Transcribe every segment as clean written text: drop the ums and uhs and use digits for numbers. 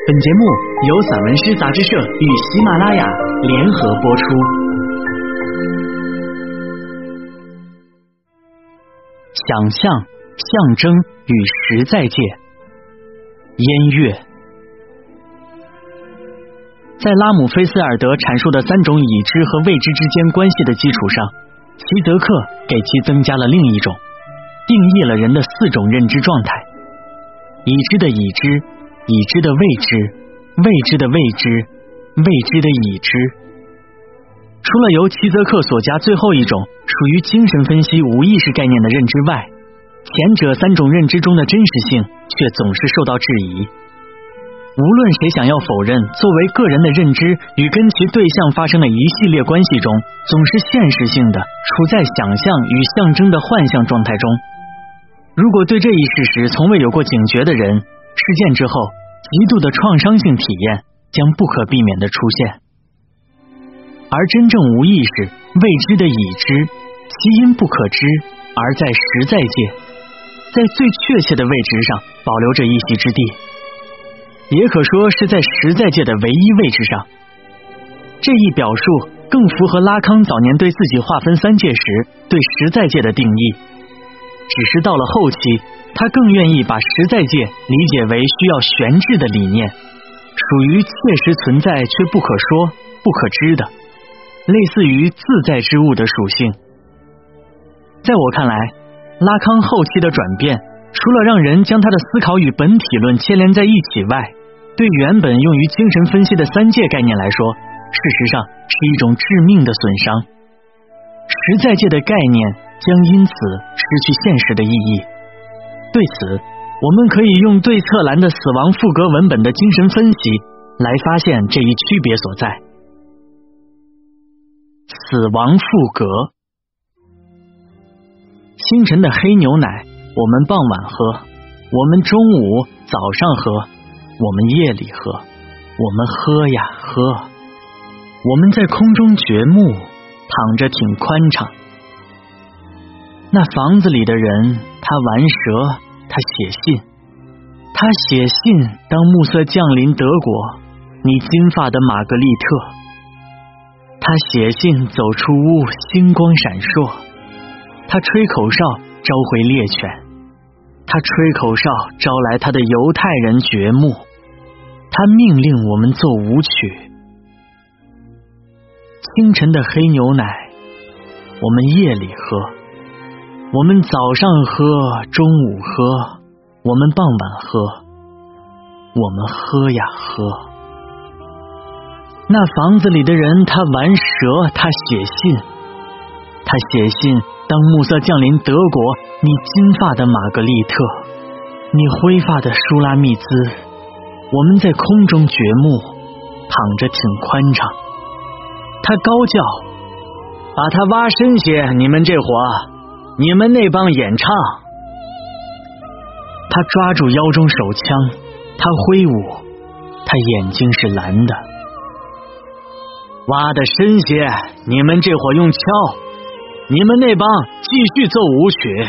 本节目由散文诗杂志社与喜马拉雅联合播出。想象、象征与实在界。烟乐。在拉姆菲斯尔德阐述的三种已知和未知之间关系的基础上，齐泽克给其增加了另一种，定义了人的四种认知状态：已知的已知，已知的未知，未知的未知，未知的已知。除了由齐泽克所加最后一种属于精神分析无意识概念的认知外，前者三种认知中的真实性却总是受到质疑。无论谁想要否认作为个人的认知与跟其对象发生的一系列关系中总是现实性的处在想象与象征的幻象状态中，如果对这一事实从未有过警觉的人，事件之后极度的创伤性体验将不可避免的出现。而真正无意识未知的已知，其因不可知而在实在界，在最确切的位置上保留着一席之地，也可说是在实在界的唯一位置上。这一表述更符合拉康早年对自己划分三界时对实在界的定义，只是到了后期，他更愿意把实在界理解为需要悬置的理念，属于切实存在却不可说、不可知的，类似于自在之物的属性。在我看来，拉康后期的转变，除了让人将他的思考与本体论牵连在一起外，对原本用于精神分析的三界概念来说，事实上是一种致命的损伤。实在界的概念将因此失去现实的意义。对此，我们可以用对策兰的死亡赋格文本的精神分析来发现这一区别所在。死亡赋格。清晨的黑牛奶我们傍晚喝，我们中午早上喝，我们夜里喝，我们喝呀喝，我们在空中掘墓，躺着挺宽敞。那房子里的人，他玩蛇，他写信，他写信当暮色降临德国，你金发的玛格丽特。他写信走出屋，星光闪烁。他吹口哨召回猎犬，他吹口哨招来他的犹太人掘墓，他命令我们做舞曲。清晨的黑牛奶我们夜里喝，我们早上喝，中午喝，我们傍晚喝，我们喝呀喝。那房子里的人，他玩蛇，他写信，他写信当暮色降临德国，你金发的玛格丽特，你灰发的舒拉密兹，我们在空中掘墓，躺着挺宽敞。他高叫，把他挖深些，你们这伙，你们那帮演唱。他抓住腰中手枪，他挥舞，他眼睛是蓝的。挖得深些，你们这伙用敲，你们那帮继续奏舞曲。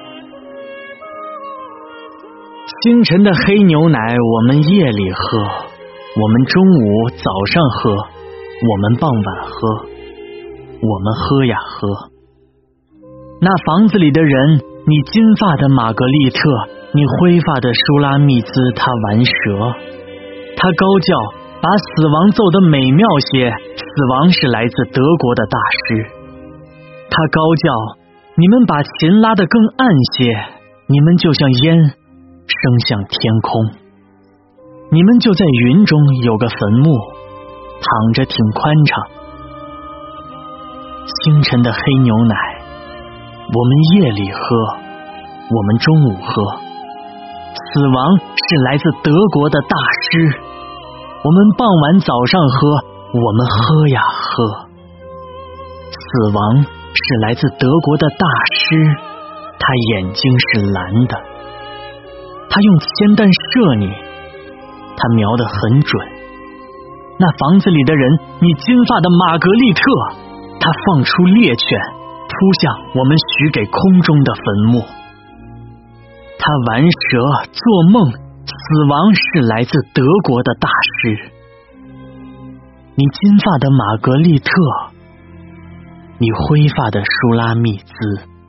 清晨的黑牛奶我们夜里喝，我们中午早上喝，我们傍晚喝，我们喝呀喝。那房子里的人，你金发的玛格丽特，你灰发的舒拉密兹，他玩蛇，他高叫，把死亡奏得美妙些，死亡是来自德国的大师。他高叫，你们把琴拉得更暗些，你们就像烟升向天空，你们就在云中有个坟墓，躺着挺宽敞。清晨的黑牛奶我们夜里喝，我们中午喝，死亡是来自德国的大师，我们傍晚早上喝，我们喝呀喝。死亡是来自德国的大师，他眼睛是蓝的，他用铅弹射你，他瞄得很准。那房子里的人，你金发的玛格丽特，他放出猎犬，扑向我们许给空中的坟墓。他玩蛇做梦， 亡是来自德国的大师，你金发的玛格丽特，你灰发的舒拉密兹。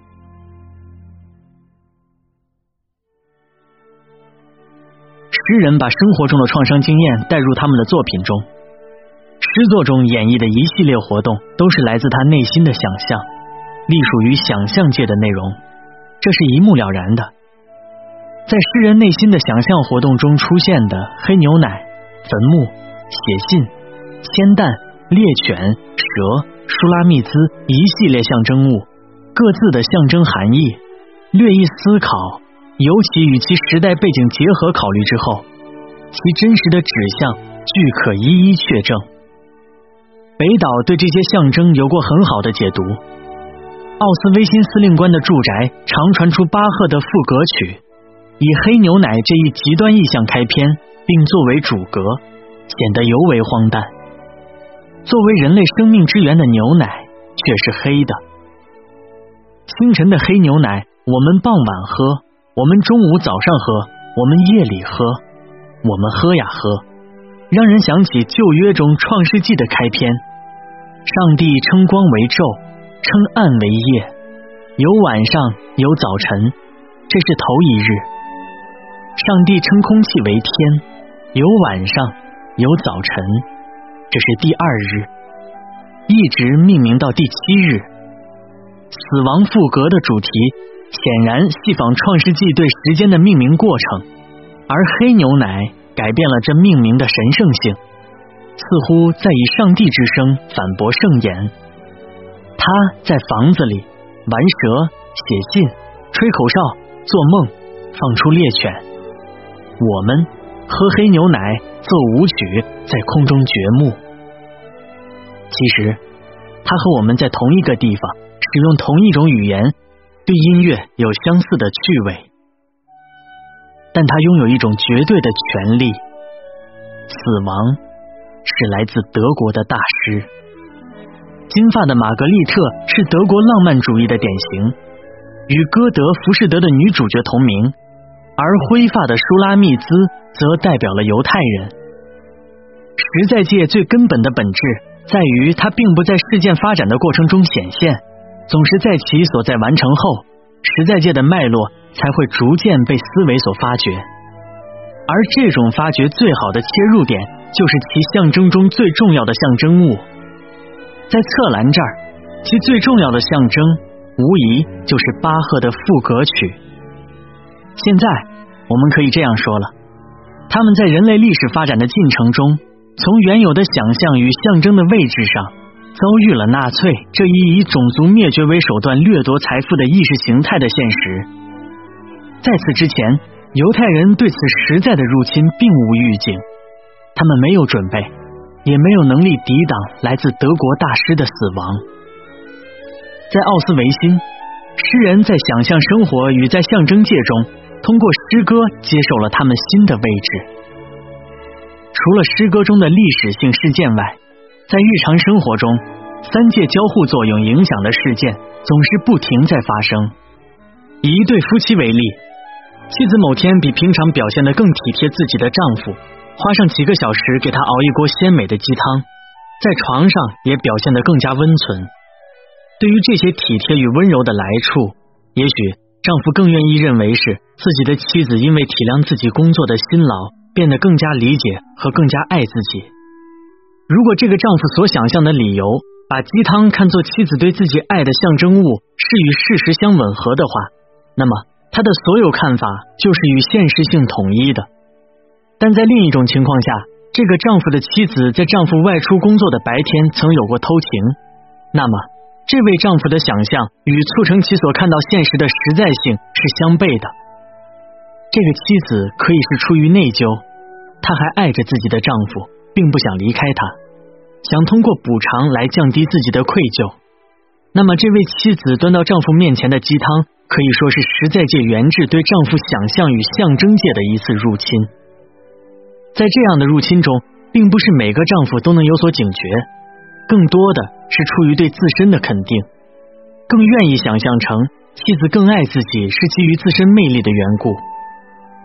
诗人把生活中的创伤经验带入他们的作品中，诗作中演绎的一系列活动都是来自他内心的想象，隶属于想象界的内容，这是一目了然的。在诗人内心的想象活动中出现的黑牛奶、坟墓、写信、铅弹、猎犬、蛇、舒拉密兹一系列象征物，各自的象征含义，略一思考，尤其与其时代背景结合考虑之后，其真实的指向俱可一一确证。北岛对这些象征有过很好的解读。奥斯威辛司令官的住宅常传出巴赫的赋格曲，以黑牛奶这一极端意象开篇，并作为主格，显得尤为荒诞。作为人类生命之源的牛奶却是黑的。清晨的黑牛奶，我们傍晚喝，我们中午早上喝，我们夜里喝，我们喝呀喝，让人想起旧约中创世纪的开篇，上帝称光为昼，称暗为夜，有晚上有早晨，这是头一日。上帝称空气为天，有晚上有早晨，这是第二日，一直命名到第7日。死亡赋格的主题显然戏仿创世纪对时间的命名过程，而黑牛奶改变了这命名的神圣性，似乎在以上帝之声反驳圣言。他在房子里玩蛇、写信、吹口哨、做梦、放出猎犬，我们喝黑牛奶、奏舞曲，在空中掘墓。其实他和我们在同一个地方，使用同一种语言，对音乐有相似的趣味，但他拥有一种绝对的权利。死亡是来自德国的大师。金发的玛格丽特是德国浪漫主义的典型，与歌德、浮士德的女主角同名，而灰发的舒拉密兹则代表了犹太人。实在界最根本的本质在于它并不在事件发展的过程中显现，总是在其所在完成后，实在界的脉络才会逐渐被思维所发掘。而这种发掘最好的切入点，就是其象征中最重要的象征物。在侧栏这儿，其最重要的象征无疑就是巴赫的赋格曲。现在我们可以这样说了，他们在人类历史发展的进程中，从原有的想象与象征的位置上，遭遇了纳粹这一以种族灭绝为手段掠夺财富的意识形态的现实。在此之前，犹太人对此实在的入侵并无预警，他们没有准备，也没有能力抵挡来自德国大师的死亡。在奥斯维辛，诗人在想象生活与在象征界中，通过诗歌接受了他们新的位置。除了诗歌中的历史性事件外，在日常生活中，三界交互作用影响的事件总是不停在发生。以一对夫妻为例，妻子某天比平常表现得更体贴自己的丈夫，花上几个小时给他熬一锅鲜美的鸡汤，在床上也表现得更加温存。对于这些体贴与温柔的来处，也许丈夫更愿意认为是自己的妻子因为体谅自己工作的辛劳，变得更加理解和更加爱自己。如果这个丈夫所想象的理由，把鸡汤看作妻子对自己爱的象征物，是与事实相吻合的话，那么他的所有看法就是与现实性统一的。但在另一种情况下，这个丈夫的妻子在丈夫外出工作的白天曾有过偷情，那么这位丈夫的想象与促成其所看到现实的实在性是相悖的。这个妻子可以是出于内疚，她还爱着自己的丈夫，并不想离开他，想通过补偿来降低自己的愧疚。那么这位妻子端到丈夫面前的鸡汤，可以说是实在界原质对丈夫想象与象征界的一次入侵。在这样的入侵中，并不是每个丈夫都能有所警觉，更多的是出于对自身的肯定，更愿意想象成妻子更爱自己是基于自身魅力的缘故。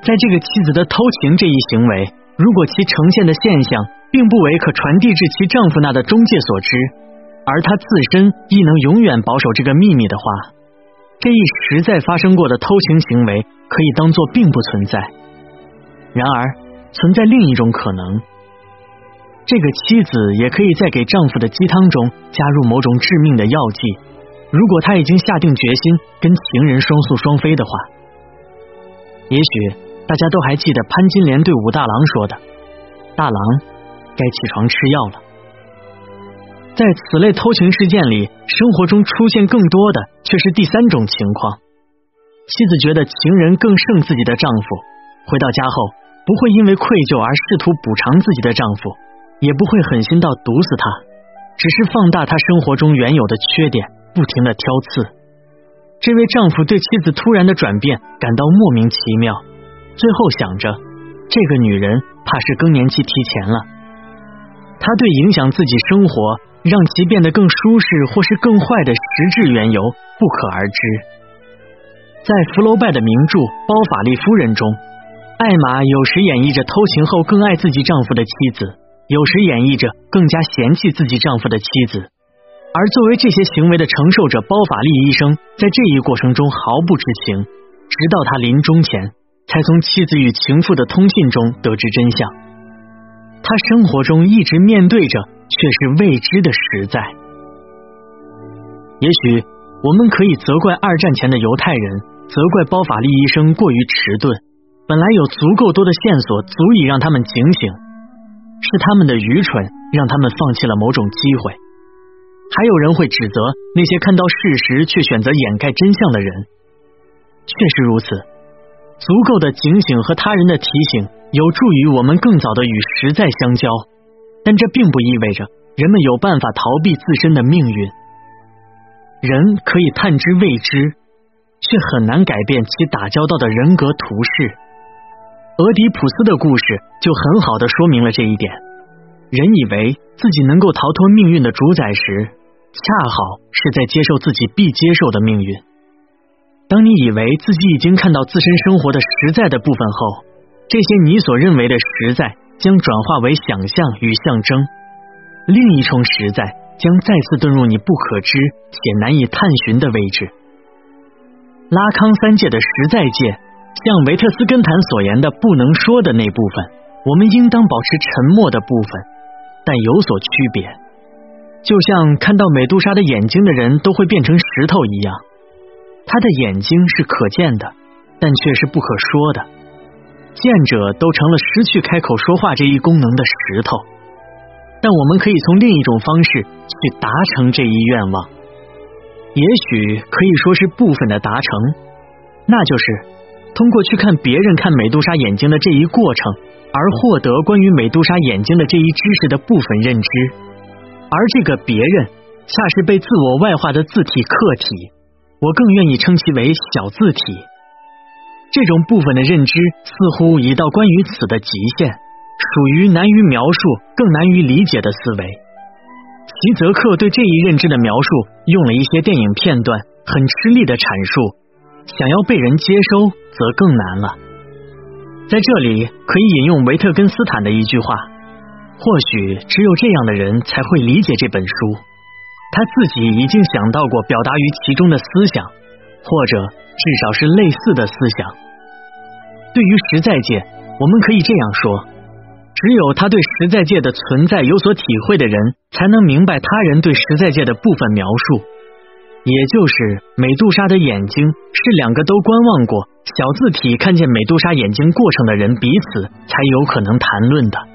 在这个妻子的偷情这一行为，如果其呈现的现象并不为可传递至其丈夫那的中介所知，而她自身亦能永远保守这个秘密的话，这一实在发生过的偷情行为可以当作并不存在。然而存在另一种可能，这个妻子也可以在给丈夫的鸡汤中加入某种致命的药剂，如果她已经下定决心跟情人双宿双飞的话。也许大家都还记得潘金莲对武大郎说的，大郎该起床吃药了。在此类偷情事件里，生活中出现更多的却是第三种情况，妻子觉得情人更胜自己的丈夫，回到家后不会因为愧疚而试图补偿自己的丈夫，也不会狠心到毒死他，只是放大他生活中原有的缺点，不停地挑刺。这位丈夫对妻子突然的转变感到莫名其妙，最后想着这个女人怕是更年期提前了。他对影响自己生活让其变得更舒适或是更坏的实质缘由不可而知。在福楼拜的名著《包法利夫人》中，艾玛有时演绎着偷情后更爱自己丈夫的妻子，有时演绎着更加嫌弃自己丈夫的妻子。而作为这些行为的承受者，包法利医生在这一过程中毫不知情，直到他临终前才从妻子与情妇的通信中得知真相。他生活中一直面对着却是未知的实在。也许我们可以责怪二战前的犹太人，责怪包法利医生过于迟钝，本来有足够多的线索足以让他们警醒，是他们的愚蠢让他们放弃了某种机会。还有人会指责那些看到事实却选择掩盖真相的人。确实如此，足够的警醒和他人的提醒有助于我们更早的与实在相交，但这并不意味着人们有办法逃避自身的命运。人可以探知未知，却很难改变其打交道的人格图式。俄狄浦斯的故事就很好地说明了这一点。人以为自己能够逃脱命运的主宰时，恰好是在接受自己必接受的命运。当你以为自己已经看到自身生活的实在的部分后，这些你所认为的实在将转化为想象与象征，另一重实在将再次遁入你不可知且难以探寻的位置。拉康三界的实在界，像维特斯根坦所言的不能说的那部分，我们应当保持沉默的部分，但有所区别。就像看到美杜莎的眼睛的人都会变成石头一样，她的眼睛是可见的，但却是不可说的。见者都成了失去开口说话这一功能的石头。但我们可以从另一种方式去达成这一愿望，也许可以说是部分的达成，那就是通过去看别人看美杜莎眼睛的这一过程，而获得关于美杜莎眼睛的这一知识的部分认知。而这个别人恰是被自我外化的字体客体，我更愿意称其为小字体。这种部分的认知似乎已到关于此的极限，属于难于描述更难于理解的思维。齐泽克对这一认知的描述用了一些电影片段，很吃力的阐述，想要被人接收则更难了。在这里可以引用维特根斯坦的一句话，或许只有这样的人才会理解这本书，他自己已经想到过表达于其中的思想，或者至少是类似的思想。对于实在界，我们可以这样说，只有他对实在界的存在有所体会的人，才能明白他人对实在界的部分描述。也就是美杜莎的眼睛是两个都观望过小字体看见美杜莎眼睛过程的人彼此才有可能谈论的，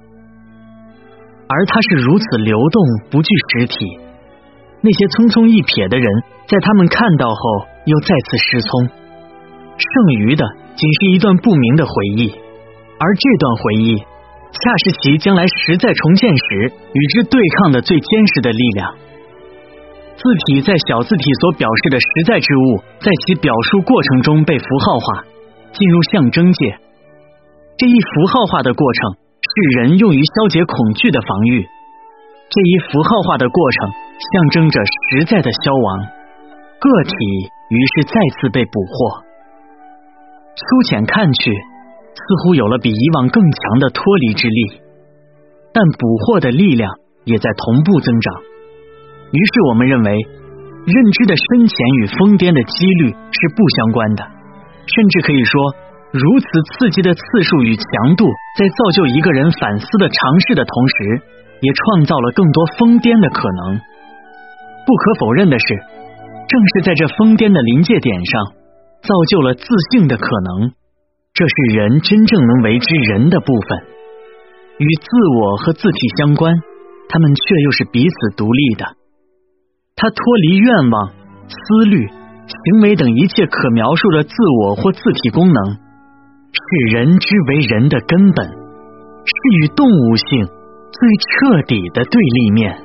而它是如此流动不具实体。那些匆匆一瞥的人，在他们看到后又再次失聪，剩余的仅是一段不明的回忆，而这段回忆恰是其将来实在重建时与之对抗的最坚实的力量。字体在小字体所表示的实在之物，在其表述过程中被符号化，进入象征界。这一符号化的过程是人用于消解恐惧的防御，这一符号化的过程象征着实在的消亡，个体于是再次被捕获。粗浅看去， 似乎有了比以往更强的脱离之力，但捕获的力量也在同步增长。于是我们认为，认知的深浅与疯癫的几率是不相关的，甚至可以说，如此刺激的次数与强度，在造就一个人反思的尝试的同时，也创造了更多疯癫的可能。不可否认的是，正是在这疯癫的临界点上，造就了自性的可能。这是人真正能为之人的部分，与自我和自体相关，他们却又是彼此独立的。它脱离愿望、思虑、行为等一切可描述的自我或自体功能，是人之为人的根本，是与动物性最彻底的对立面。